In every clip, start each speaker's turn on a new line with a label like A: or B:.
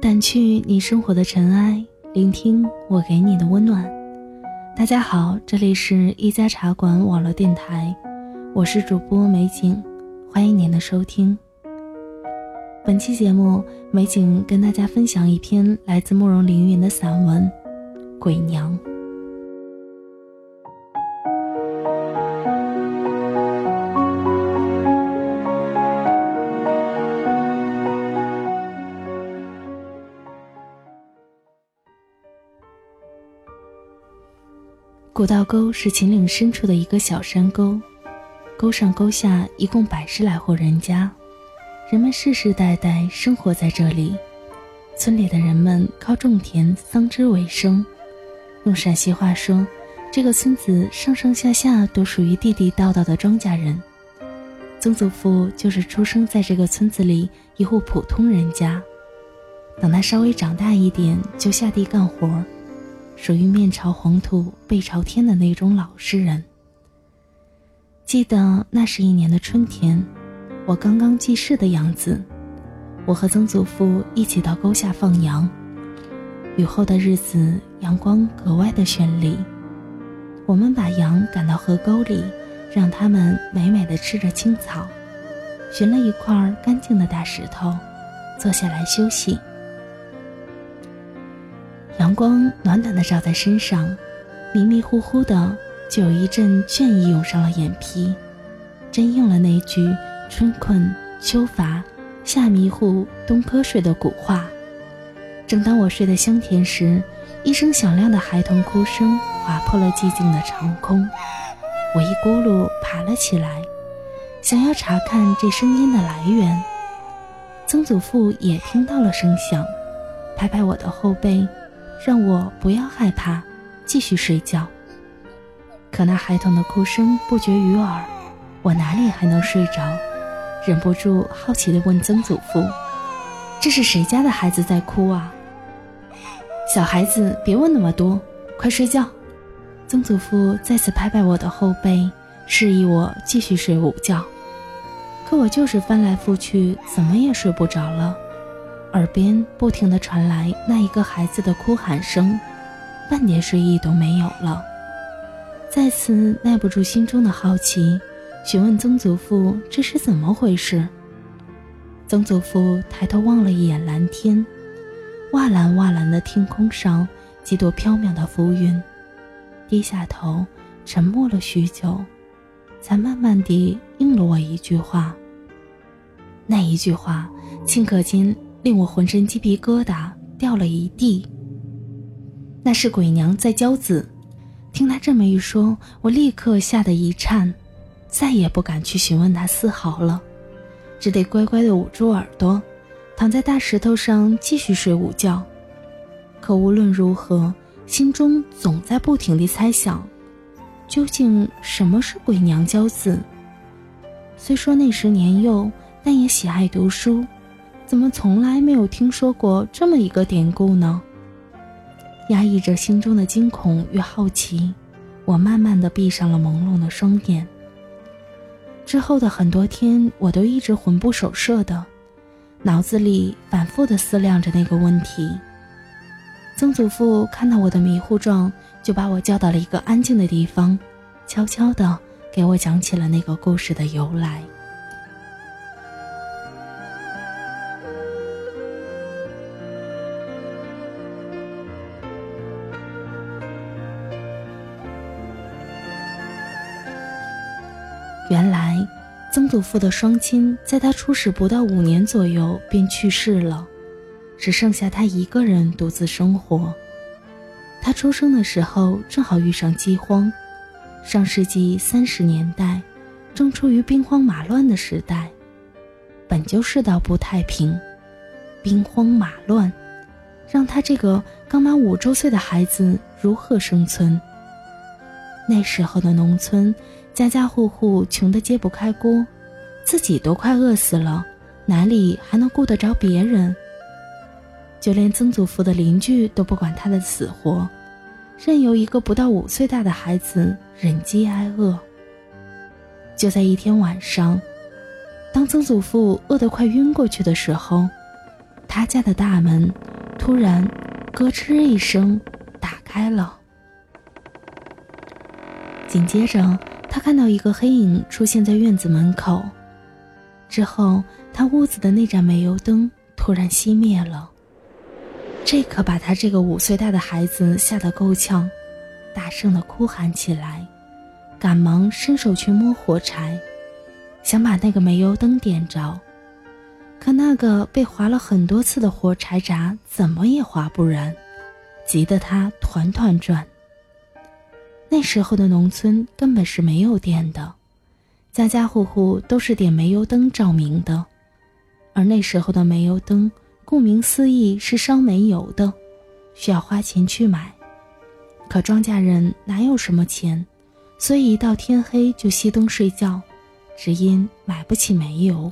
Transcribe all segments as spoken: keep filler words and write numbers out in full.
A: 掸去你生活的尘埃，聆听我给你的温暖。大家好，这里是一家茶馆网络电台，我是主播美景，欢迎您的收听。本期节目，美景跟大家分享一篇来自慕容凌云的散文《鬼娘》。古道沟是秦岭深处的一个小山沟，沟上沟下一共百十来户人家，人们世世代代生活在这里。村里的人们靠种田桑枝为生，用陕西话说，这个村子上上下下都属于地地道道的庄稼人。曾祖父就是出生在这个村子里一户普通人家，等他稍微长大一点就下地干活，属于面朝黄土背朝天的那种老实人。记得那是一年的春天，我刚刚记事的样子，我和曾祖父一起到沟下放羊。雨后的日子阳光格外的绚丽，我们把羊赶到河沟里，让它们美美地吃着青草，寻了一块干净的大石头，坐下来休息。阳光暖暖地照在身上，迷迷糊糊的就有一阵倦意涌上了眼皮，真应了那句春困秋乏夏迷糊冬瞌睡的古话。正当我睡得香甜时，一声响亮的孩童哭声划破了寂静的长空，我一咕噜爬了起来，想要查看这声音的来源。曾祖父也听到了声响，拍拍我的后背，让我不要害怕，继续睡觉。可那孩童的哭声不绝于耳，我哪里还能睡着？忍不住好奇地问曾祖父，这是谁家的孩子在哭啊？小孩子别问那么多，快睡觉。曾祖父再次拍拍我的后背，示意我继续睡午觉。可我就是翻来覆去，怎么也睡不着了，耳边不停地传来那一个孩子的哭喊声，半点睡意都没有了。再次耐不住心中的好奇，询问曾祖父这是怎么回事。曾祖父抬头望了一眼蓝天，蔚蓝蔚蓝的天空上几朵飘渺的浮云，低下头沉默了许久，才慢慢地应了我一句话。那一句话顷刻间令我浑身鸡皮疙瘩掉了一地。那是鬼娘在教子。听他这么一说，我立刻吓得一颤，再也不敢去询问他丝毫了，只得乖乖地捂住耳朵，躺在大石头上继续睡午觉。可无论如何，心中总在不停地猜想，究竟什么是鬼娘教子？虽说那时年幼，但也喜爱读书，怎么从来没有听说过这么一个典故呢？压抑着心中的惊恐与好奇，我慢慢地闭上了朦胧的双眼。之后的很多天，我都一直魂不守舍的，脑子里反复地思量着那个问题。曾祖父看到我的迷糊状，就把我叫到了一个安静的地方，悄悄地给我讲起了那个故事的由来。原来曾祖父的双亲在他出世不到五年左右便去世了，只剩下他一个人独自生活。他出生的时候正好遇上饥荒，上世纪三十年代正处于兵荒马乱的时代，本就世道不太平，兵荒马乱让他这个刚满五周岁的孩子如何生存？那时候的农村，家家户户穷得揭不开锅，自己都快饿死了，哪里还能顾得着别人？就连曾祖父的邻居都不管他的死活，任由一个不到五岁大的孩子忍饥挨饿。就在一天晚上，当曾祖父饿得快晕过去的时候，他家的大门突然咯吱一声打开了。紧接着他看到一个黑影出现在院子门口，之后他屋子的那盏煤油灯突然熄灭了。这可把他这个五岁大的孩子吓得够呛，大声地哭喊起来，赶忙伸手去摸火柴，想把那个煤油灯点着，可那个被划了很多次的火柴闸怎么也划不燃，急得他团团转。那时候的农村根本是没有电的，家家户户都是点煤油灯照明的，而那时候的煤油灯顾名思义是烧煤油的，需要花钱去买。可庄稼人哪有什么钱，所以一到天黑就熄灯睡觉，只因买不起煤油。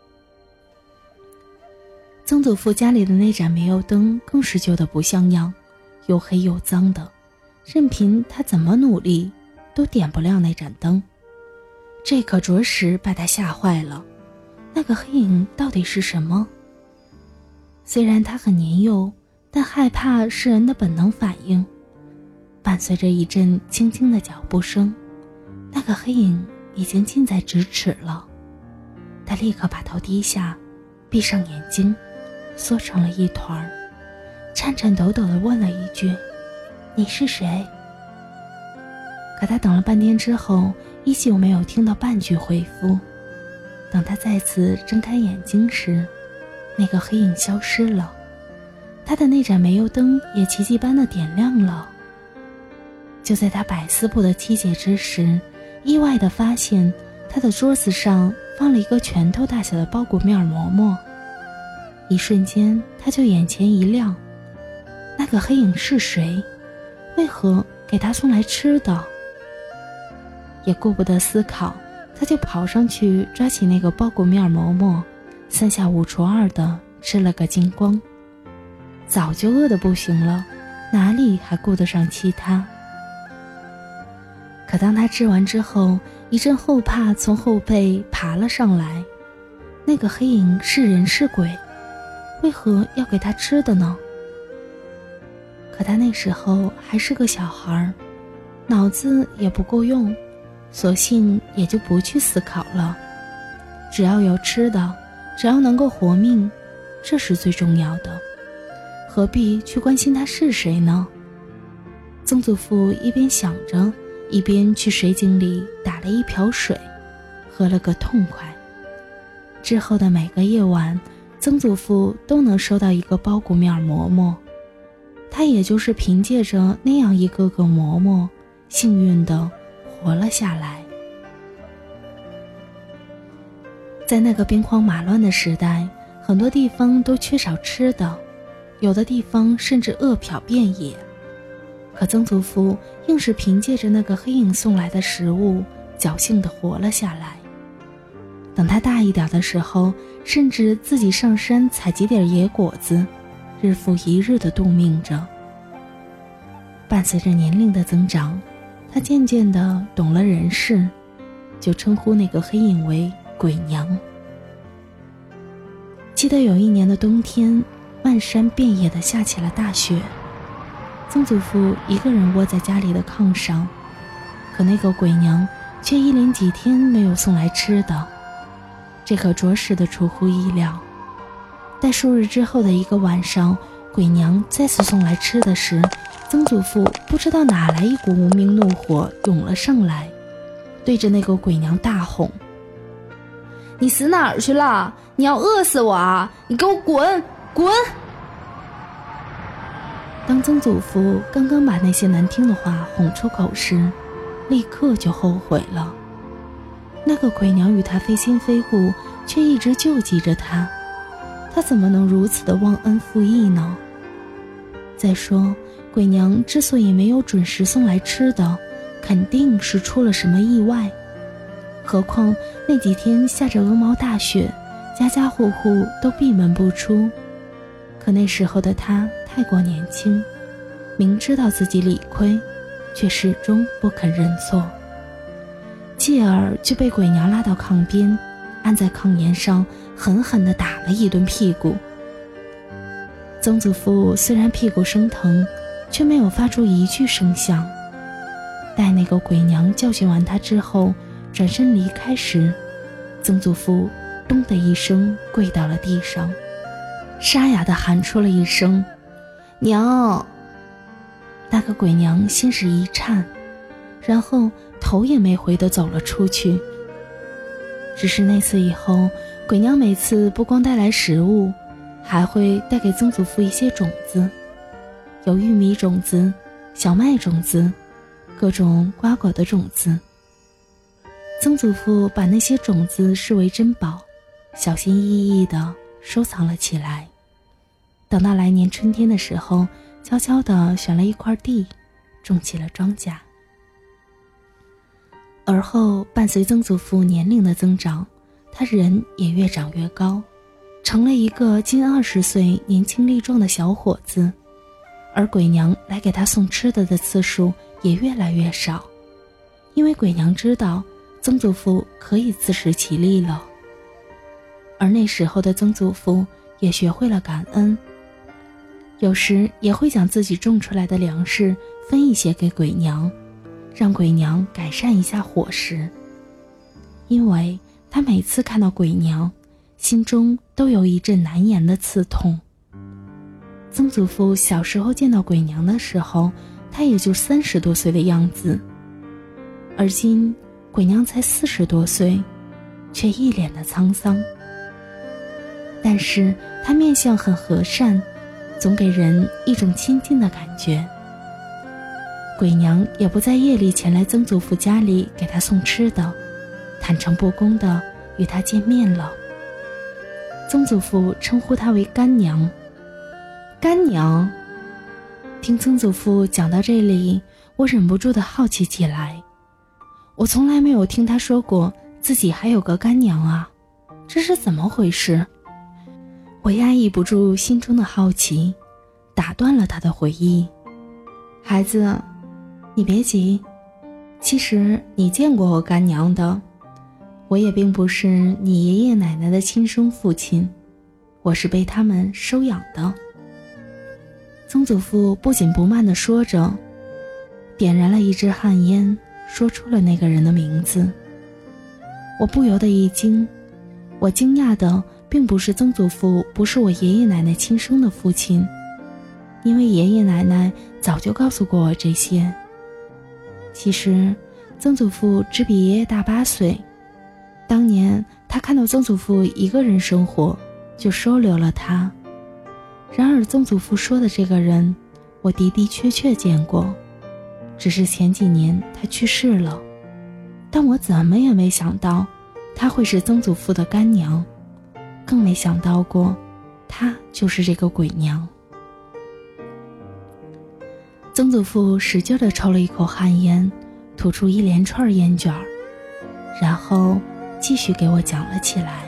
A: 曾祖父家里的那盏煤油灯更是旧得不像样，又黑又脏的，任凭他怎么努力都点不亮那盏灯。这可着实把他吓坏了，那个黑影到底是什么？虽然他很年幼，但害怕是人的本能反应。伴随着一阵轻轻的脚步声，那个黑影已经近在咫尺了。他立刻把头低下，闭上眼睛，缩成了一团，颤颤抖抖地问了一句：“你是谁？”可他等了半天之后，依旧没有听到半句回复。等他再次睁开眼睛时，那个黑影消失了，他的那盏煤油灯也奇迹般的点亮了。就在他百思不得其解之时，意外地发现他的桌子上放了一个拳头大小的包谷面馍馍。一瞬间他就眼前一亮，那个黑影是谁？为何给他送来吃的？也顾不得思考，他就跑上去抓起那个包谷面馍馍，三下五除二的吃了个精光。早就饿得不行了，哪里还顾得上其他？可当他吃完之后，一阵后怕从后背爬了上来。那个黑影是人是鬼？为何要给他吃的呢？可他那时候还是个小孩，脑子也不够用，索性也就不去思考了。只要有吃的，只要能够活命，这是最重要的，何必去关心他是谁呢？曾祖父一边想着，一边去水井里打了一瓢水，喝了个痛快。之后的每个夜晚，曾祖父都能收到一个包谷面馍馍，他也就是凭借着那样一个个馍馍，幸运地活了下来。在那个兵荒马乱的时代，很多地方都缺少吃的，有的地方甚至饿殍遍野。可曾祖父硬是凭借着那个黑影送来的食物，侥幸地活了下来。等他大一点的时候，甚至自己上山采集点野果子，日复一日地度命着。伴随着年龄的增长，他渐渐地懂了人事，就称呼那个黑影为鬼娘。记得有一年的冬天，漫山遍野地下起了大雪，曾祖父一个人窝在家里的炕上，可那个鬼娘却一连几天没有送来吃的，这可着实的出乎意料。待数日之后的一个晚上，鬼娘再次送来吃的时，曾祖父不知道哪来一股无名怒火涌了上来，对着那个鬼娘大吼：“你死哪儿去了？你要饿死我啊！你给我滚滚！”当曾祖父刚刚把那些难听的话哄出口时，立刻就后悔了。那个鬼娘与他非亲非故，却一直救济着他，他怎么能如此的忘恩负义呢？再说，鬼娘之所以没有准时送来吃的，肯定是出了什么意外。何况那几天下着鹅毛大雪，家家户户都闭门不出。可那时候的他太过年轻，明知道自己理亏，却始终不肯认错，继而就被鬼娘拉到炕边，按在炕沿上狠狠地打了一顿屁股。 曾祖父虽然屁股生疼，却没有发出一句声响。待那个鬼娘教训完他之后，转身离开时，曾祖父咚的一声跪到了地上，沙哑地喊出了一声娘。那个鬼娘先是一颤，然后头也没回地走了出去。只是那次以后，鬼娘每次不光带来食物，还会带给曾祖父一些种子，有玉米种子、小麦种子，各种瓜果的种子。曾祖父把那些种子视为珍宝，小心翼翼地收藏了起来。等到来年春天的时候，悄悄地选了一块地，种起了庄稼。而后伴随曾祖父年龄的增长，他人也越长越高，成了一个近二十岁年轻力壮的小伙子。而鬼娘来给他送吃的的次数也越来越少，因为鬼娘知道曾祖父可以自食其力了。而那时候的曾祖父也学会了感恩，有时也会将自己种出来的粮食分一些给鬼娘，让鬼娘改善一下伙食。因为他每次看到鬼娘，心中都有一阵难言的刺痛。曾祖父小时候见到鬼娘的时候，他也就三十多岁的样子，而今鬼娘才四十多岁，却一脸的沧桑。但是他面相很和善，总给人一种亲近的感觉。鬼娘也不在夜里前来曾祖父家里给他送吃的，坦诚不公的与他见面了。曾祖父称呼她为干娘。干娘，听曾祖父讲到这里，我忍不住的好奇起来。我从来没有听他说过自己还有个干娘啊，这是怎么回事？我压抑不住心中的好奇，打断了他的回忆。孩子，你别急，其实你见过我干娘的，我也并不是你爷爷奶奶的亲生父亲，我是被他们收养的。曾祖父不紧不慢地说着，点燃了一支旱烟，说出了那个人的名字。我不由得一惊，我惊讶的并不是曾祖父不是我爷爷奶奶亲生的父亲，因为爷爷奶奶早就告诉过我这些。其实曾祖父只比爷爷大八岁，当年他看到曾祖父一个人生活，就收留了他。然而曾祖父说的这个人，我的的确确见过，只是前几年他去世了，但我怎么也没想到他会是曾祖父的干娘，更没想到过他就是这个鬼娘。曾祖父使劲地抽了一口旱烟，吐出一连串烟卷，然后继续给我讲了起来。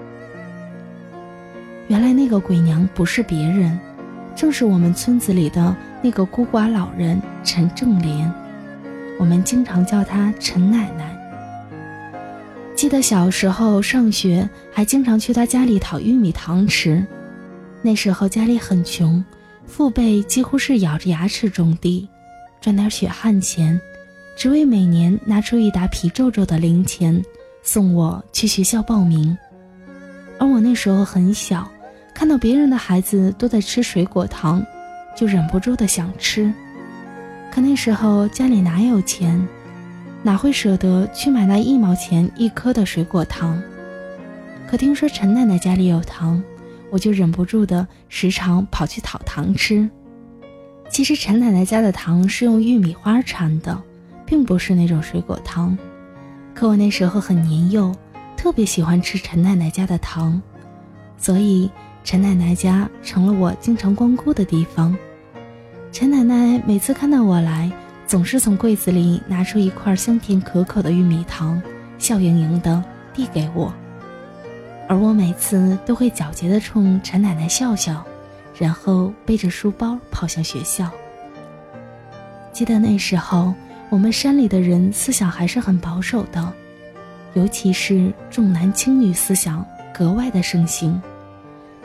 A: 原来那个鬼娘不是别人，正是我们村子里的那个孤寡老人陈正莲，我们经常叫她陈奶奶。记得小时候上学还经常去她家里讨玉米糖吃，那时候家里很穷，父辈几乎是咬着牙齿种地，赚点血汗钱，只为每年拿出一沓皮皱皱的零钱送我去学校报名。而我那时候很小，看到别人的孩子都在吃水果糖，就忍不住的想吃。可那时候家里哪有钱，哪会舍得去买那一毛钱一颗的水果糖？可听说陈奶奶家里有糖，我就忍不住的时常跑去讨糖吃。其实陈奶奶家的糖是用玉米花掺的，并不是那种水果糖。可我那时候很年幼，特别喜欢吃陈奶奶家的糖，所以陈奶奶家成了我经常光顾的地方。陈奶奶每次看到我来，总是从柜子里拿出一块香甜可口的玉米糖，笑盈盈地递给我，而我每次都会皎洁地冲陈奶奶笑笑，然后背着书包跑向学校。记得那时候我们山里的人思想还是很保守的，尤其是重男轻女思想格外的盛行。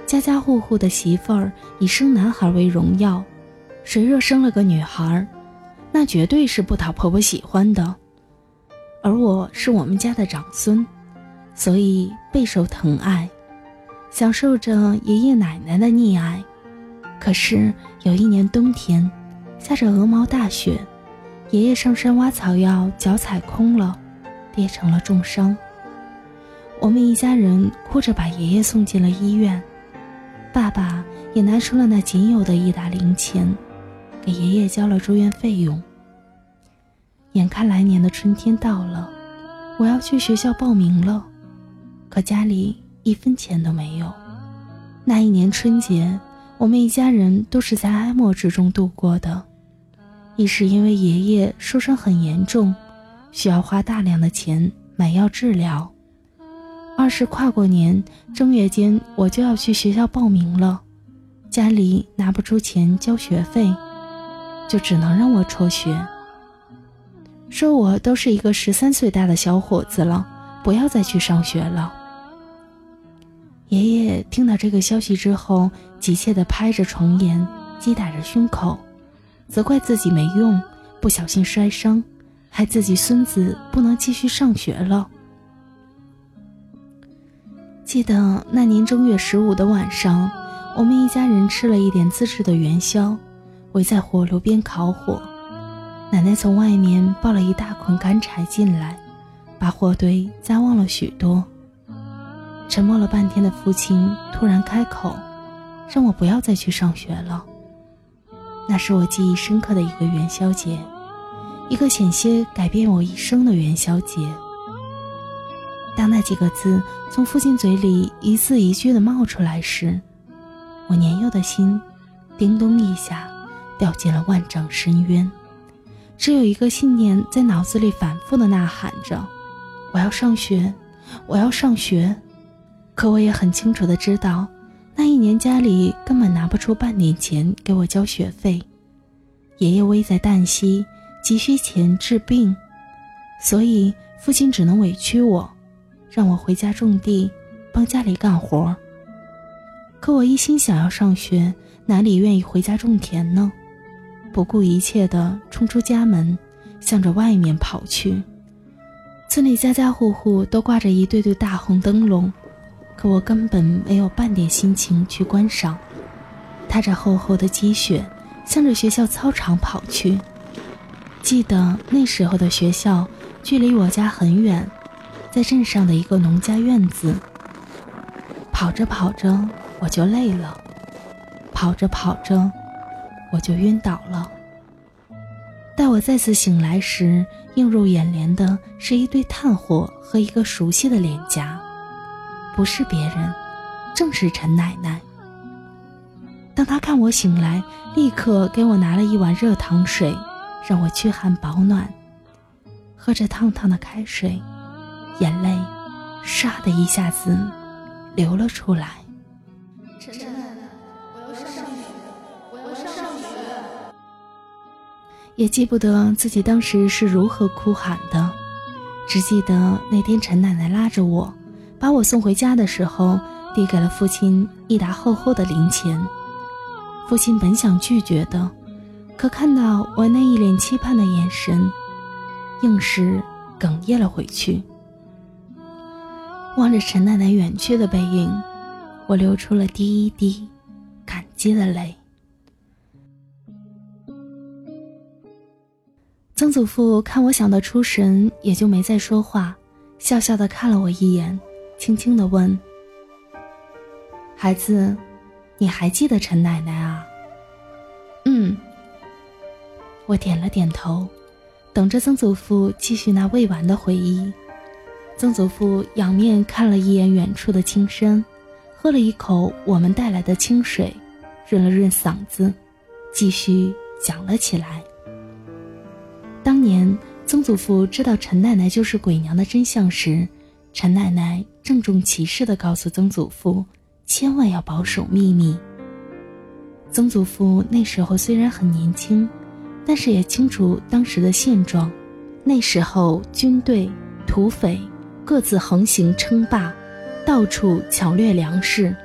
A: 家家户户的媳妇儿以生男孩为荣耀，谁若生了个女孩，那绝对是不讨婆婆喜欢的。而我是我们家的长孙，所以备受疼爱，享受着爷爷奶奶的溺爱。可是有一年冬天，下着鹅毛大雪，爷爷上山挖草药，脚踩空了，跌成了重伤。我们一家人哭着把爷爷送进了医院，爸爸也拿出了那仅有的一沓零钱，给爷爷交了住院费用。眼看来年的春天到了，我要去学校报名了，可家里一分钱都没有。那一年春节，我们一家人都是在哀莫之中度过的。一是因为爷爷受伤很严重，需要花大量的钱买药治疗；二是跨过年正月间我就要去学校报名了，家里拿不出钱交学费，就只能让我辍学，说我都是一个十三岁大的小伙子了，不要再去上学了。爷爷听到这个消息之后，急切地拍着床沿，击打着胸口，责怪自己没用，不小心摔伤，害自己孙子不能继续上学了。记得那年正月十五的晚上，我们一家人吃了一点自制的元宵，围在火炉边烤火。奶奶从外面抱了一大捆干柴进来，把火堆加旺了许多。沉默了半天的父亲突然开口，让我不要再去上学了。那是我记忆深刻的一个元宵节，一个险些改变我一生的元宵节。当那几个字从父亲嘴里一字一句地冒出来时，我年幼的心叮咚一下掉进了万丈深渊。只有一个信念在脑子里反复地呐喊着，我要上学，我要上学。可我也很清楚地知道，那一年家里根本拿不出半点钱给我交学费，爷爷危在旦夕，急需钱治病，所以父亲只能委屈我，让我回家种地，帮家里干活。可我一心想要上学，哪里愿意回家种田呢？不顾一切地冲出家门，向着外面跑去。村里家家户户都挂着一对对大红灯笼，可我根本没有半点心情去观赏，踏着厚厚的积雪，向着学校操场跑去。记得那时候的学校距离我家很远，在镇上的一个农家院子。跑着跑着我就累了，跑着跑着我就晕倒了。待我再次醒来时，映入眼帘的是一堆炭火和一个熟悉的脸颊，不是别人，正是陈奶奶。当她看我醒来，立刻给我拿了一碗热糖水，让我驱寒保暖。喝着烫烫的开水，眼泪唰的一下子流了出来。
B: 陈奶奶，我要上学，我要上学。
A: 也记不得自己当时是如何哭喊的，只记得那天陈奶奶拉着我，把我送回家的时候，递给了父亲一沓厚厚的零钱。父亲本想拒绝的，可看到我那一脸期盼的眼神，硬是哽咽了回去。望着陈奶奶远去的背影，我流出了第一滴感激的泪。曾祖父看我想得出神，也就没再说话，笑笑地看了我一眼，轻轻地问：孩子，你还记得陈奶奶啊？嗯。我点了点头，等着曾祖父继续那未完的回忆。曾祖父仰面看了一眼远处的青山，喝了一口我们带来的清水，润了润嗓子，继续讲了起来。当年曾祖父知道陈奶奶就是鬼娘的真相时，陈奶奶郑重其事地告诉曾祖父，千万要保守秘密。曾祖父那时候虽然很年轻，但是也清楚当时的现状。那时候军队、土匪各自横行称霸，到处抢掠粮食，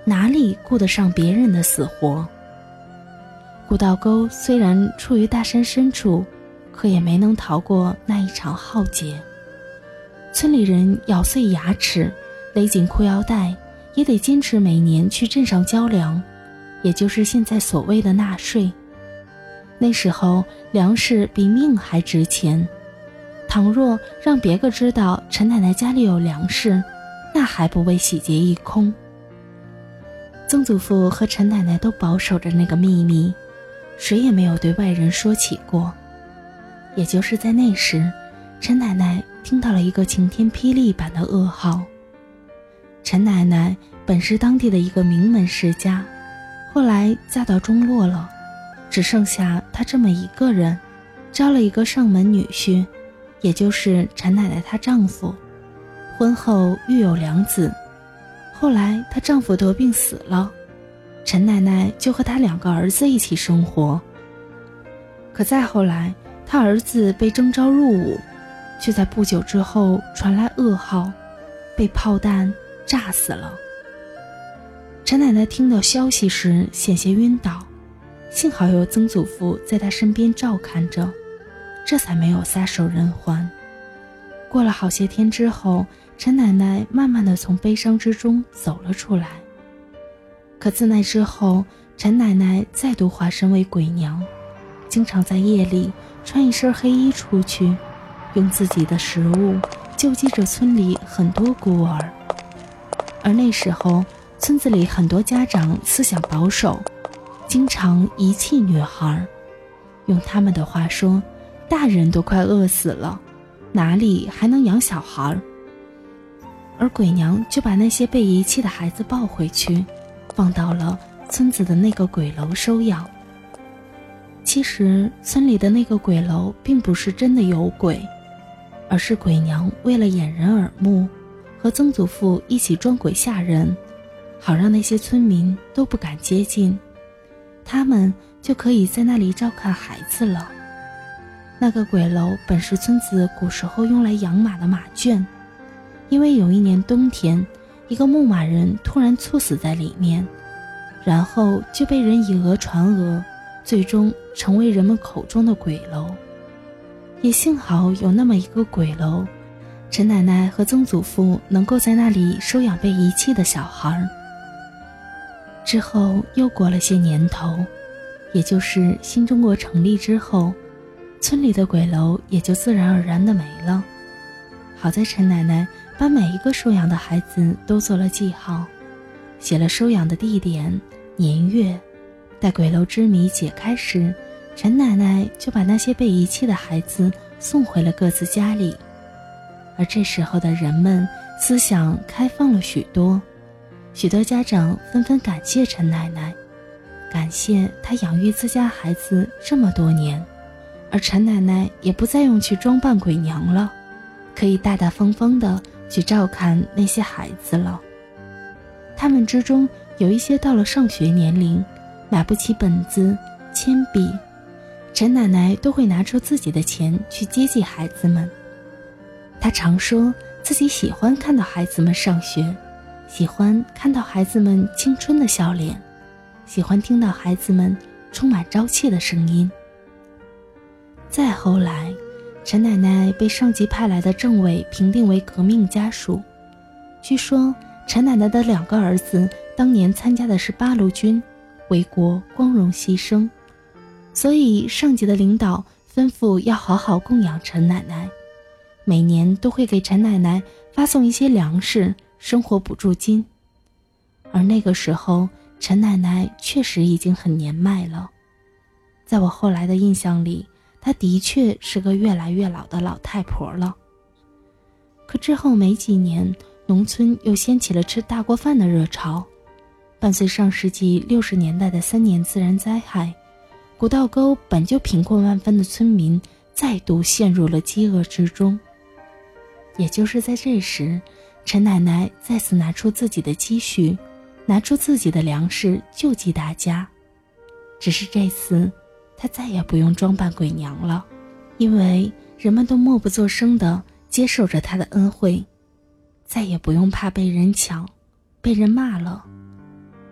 A: 哪里顾得上别人的死活？古道沟虽然处于大山深处，可也没能逃过那一场浩劫。村里人咬碎牙齿，勒紧裤腰带，也得坚持每年去镇上交粮，也就是现在所谓的纳税。那时候粮食比命还值钱，倘若让别个知道陈奶奶家里有粮食，那还不被洗劫一空。曾祖父和陈奶奶都保守着那个秘密，谁也没有对外人说起过。也就是在那时，陈奶奶听到了一个晴天霹雳般的噩耗。陈奶奶本是当地的一个名门世家，后来嫁到中落了，只剩下她这么一个人，招了一个上门女婿，也就是陈奶奶她丈夫。婚后育有两子，后来她丈夫得病死了，陈奶奶就和她两个儿子一起生活。可再后来，她儿子被征召入伍，却在不久之后传来噩耗，被炮弹炸死了。陈奶奶听到消息时险些晕倒，幸好有曾祖父在她身边照看着，这才没有撒手人寰。过了好些天之后，陈奶奶慢慢地从悲伤之中走了出来。可自那之后，陈奶奶再度化身为鬼娘，经常在夜里穿一身黑衣出去，用自己的食物救济着村里很多孤儿。而那时候村子里很多家长思想保守，经常遗弃女孩，用他们的话说，大人都快饿死了，哪里还能养小孩？而鬼娘就把那些被遗弃的孩子抱回去，放到了村子的那个鬼楼收养。其实村里的那个鬼楼并不是真的有鬼，而是鬼娘为了掩人耳目，和曾祖父一起装鬼吓人，好让那些村民都不敢接近，他们就可以在那里照看孩子了。那个鬼楼本是村子古时候用来养马的马圈，因为有一年冬天，一个牧马人突然猝死在里面，然后就被人以讹传讹，最终成为人们口中的鬼楼。也幸好有那么一个鬼楼，陈奶奶和曾祖父能够在那里收养被遗弃的小孩。之后又过了些年头，也就是新中国成立之后，村里的鬼楼也就自然而然的没了。好在陈奶奶把每一个收养的孩子都做了记号，写了收养的地点、年月。待鬼楼之谜解开时，陈奶奶就把那些被遗弃的孩子送回了各自家里。而这时候的人们思想开放了许多，许多家长纷纷感谢陈奶奶，感谢她养育自家孩子这么多年，而陈奶奶也不再用去装扮鬼娘了，可以大大方方地去照看那些孩子了。他们之中有一些到了上学年龄，买不起本子、铅笔，陈奶奶都会拿出自己的钱去接济孩子们。她常说自己喜欢看到孩子们上学，喜欢看到孩子们青春的笑脸，喜欢听到孩子们充满朝气的声音。再后来，陈奶奶被上级派来的政委评定为革命家属。据说陈奶奶的两个儿子当年参加的是八路军，为国光荣牺牲，所以上级的领导吩咐要好好供养陈奶奶，每年都会给陈奶奶发送一些粮食、生活补助金。而那个时候，陈奶奶确实已经很年迈了，在我后来的印象里，她的确是个越来越老的老太婆了。可之后没几年，农村又掀起了吃大锅饭的热潮，伴随上世纪六十年代的三年自然灾害，古道沟本就贫困万分的村民再度陷入了饥饿之中。也就是在这时，陈奶奶再次拿出自己的积蓄，拿出自己的粮食救济大家。只是这次她再也不用装扮鬼娘了，因为人们都默不作声地接受着她的恩惠，再也不用怕被人抢、被人骂了。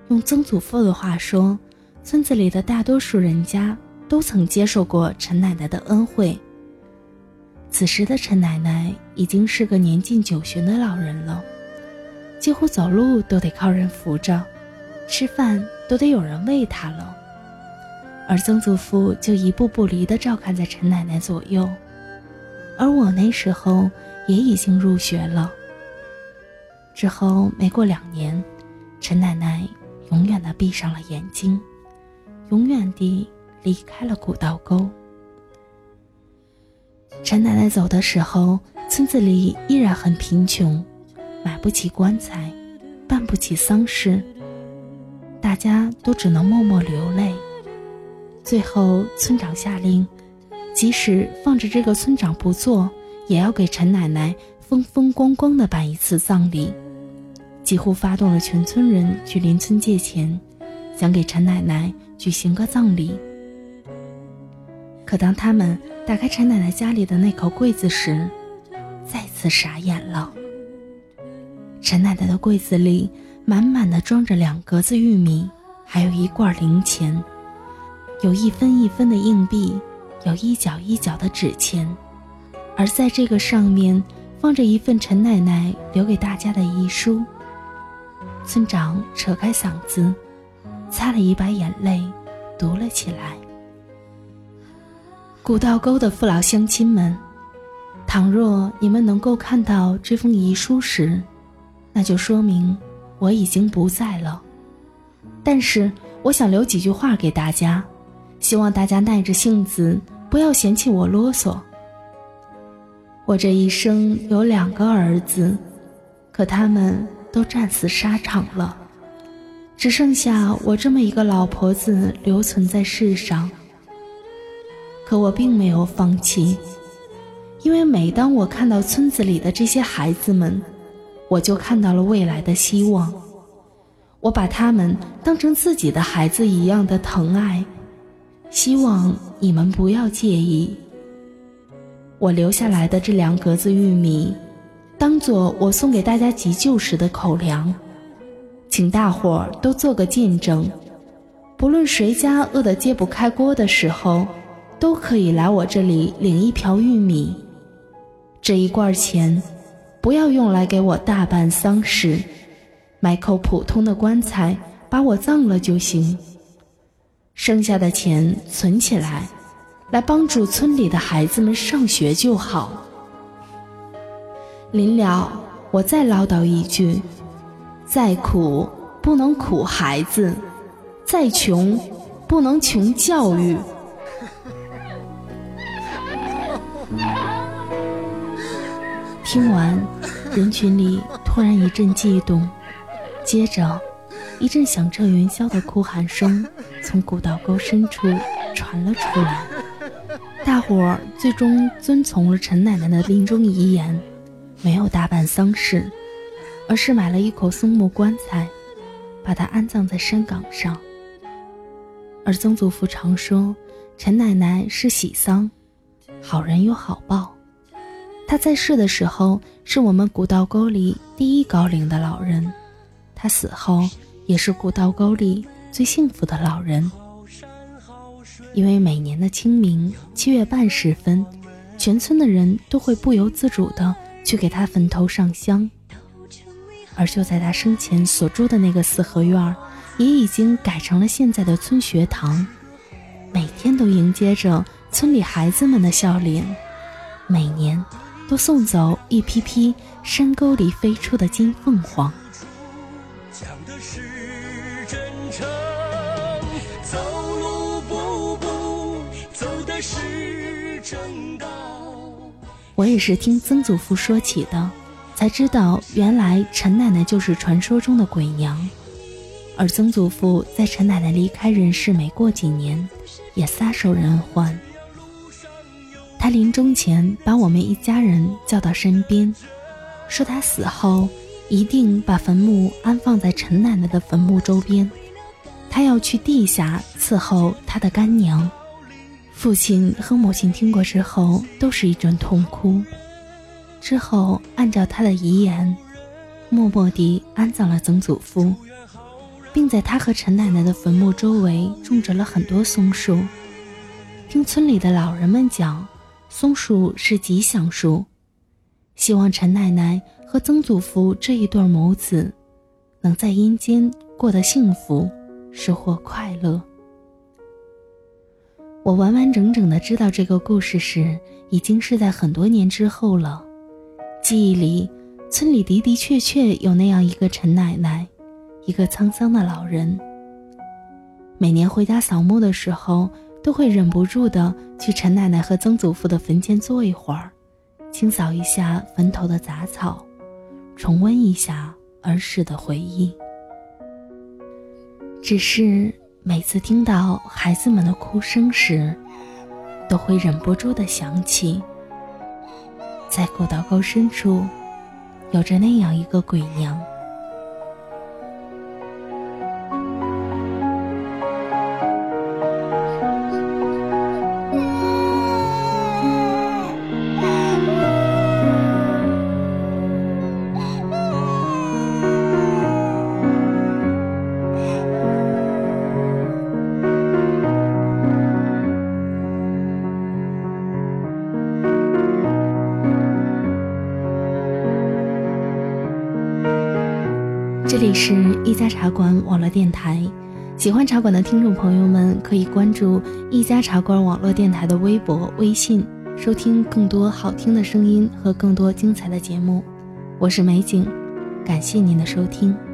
A: 用曾祖父的话说，村子里的大多数人家都曾接受过陈奶奶的恩惠。此时的陈奶奶已经是个年近九旬的老人了，几乎走路都得靠人扶着，吃饭都得有人喂她了。而曾祖父就一步不离地照看在陈奶奶左右，而我那时候也已经入学了。之后没过两年，陈奶奶永远地闭上了眼睛，永远地离开了古道沟。陈奶奶走的时候，村子里依然很贫穷，买不起棺材，办不起丧事，大家都只能默默流泪。最后村长下令，即使放着这个村长不做，也要给陈奶奶风风光光地办一次葬礼，几乎发动了全村人去邻村借钱，想给陈奶奶举行个葬礼。可当他们打开陈奶奶家里的那口柜子时，再次傻眼了。陈奶奶的柜子里满满的装着两格子玉米，还有一罐零钱，有一分一分的硬币，有一角一角的纸钱，而在这个上面放着一份陈奶奶留给大家的遗书。村长扯开嗓子，擦了一把眼泪，读了起来。古道沟的父老乡亲们，倘若你们能够看到这封遗书时，那就说明我已经不在了。但是我想留几句话给大家，希望大家耐着性子，不要嫌弃我啰嗦。我这一生有两个儿子，可他们都战死沙场了，只剩下我这么一个老婆子留存在世上。可我并没有放弃，因为每当我看到村子里的这些孩子们，我就看到了未来的希望。我把他们当成自己的孩子一样的疼爱，希望你们不要介意。我留下来的这两格子玉米，当作我送给大家急救时的口粮，请大伙儿都做个见证，不论谁家饿得揭不开锅的时候，都可以来我这里领一瓢玉米。这一罐钱不要用来给我大办丧事，买口普通的棺材把我葬了就行，剩下的钱存起来，来帮助村里的孩子们上学就好。临了，我再唠叨一句，再苦不能苦孩子，再穷不能穷教育。听完，人群里突然一阵悸动，接着一阵响彻云霄的哭喊声从古道沟深处传了出来。大伙儿最终遵从了陈奶奶的临终遗言，没有大办丧事，而是买了一口松木棺材，把它安葬在山岗上。而曾祖父常说，陈奶奶是喜丧，好人有好报。他在世的时候是我们古道沟里第一高龄的老人，他死后也是古道沟里最幸福的老人。因为每年的清明七月半时分，全村的人都会不由自主地去给他坟头上香，而就在他生前所住的那个四合院，也已经改成了现在的村学堂，每天都迎接着村里孩子们的笑脸，每年都送走一批批山沟里飞出的金凤凰。
C: 讲的是真诚，走路步步走的是正道。
A: 我也是听曾祖父说起的，才知道原来陈奶奶就是传说中的鬼娘。而曾祖父在陈奶奶离开人世没过几年，也撒手人寰。他临终前把我们一家人叫到身边，说他死后一定把坟墓安放在陈奶奶的坟墓周边，他要去地下伺候他的干娘。父亲和母亲听过之后都是一阵痛哭，之后按照他的遗言默默地安葬了曾祖父， 并在他和陈奶奶的坟墓周围种植了很多松树。听村里的老人们讲，松树是吉祥树，希望陈奶奶和曾祖父这一对母子能在阴间过得幸福，收获快乐。我完完整整地知道这个故事时，已经是在很多年之后了。记忆里，村里的的确确有那样一个陈奶奶，一个沧桑的老人。每年回家扫墓的时候，都会忍不住地去陈奶奶和曾祖父的坟前坐一会儿，清扫一下坟头的杂草，重温一下儿时的回忆。只是每次听到孩子们的哭声时，都会忍不住地想起，在古道沟深处有着那样一个鬼娘。这里是一家茶馆网络电台，喜欢茶馆的听众朋友们可以关注一家茶馆网络电台的微博、微信，收听更多好听的声音和更多精彩的节目。我是美景，感谢您的收听。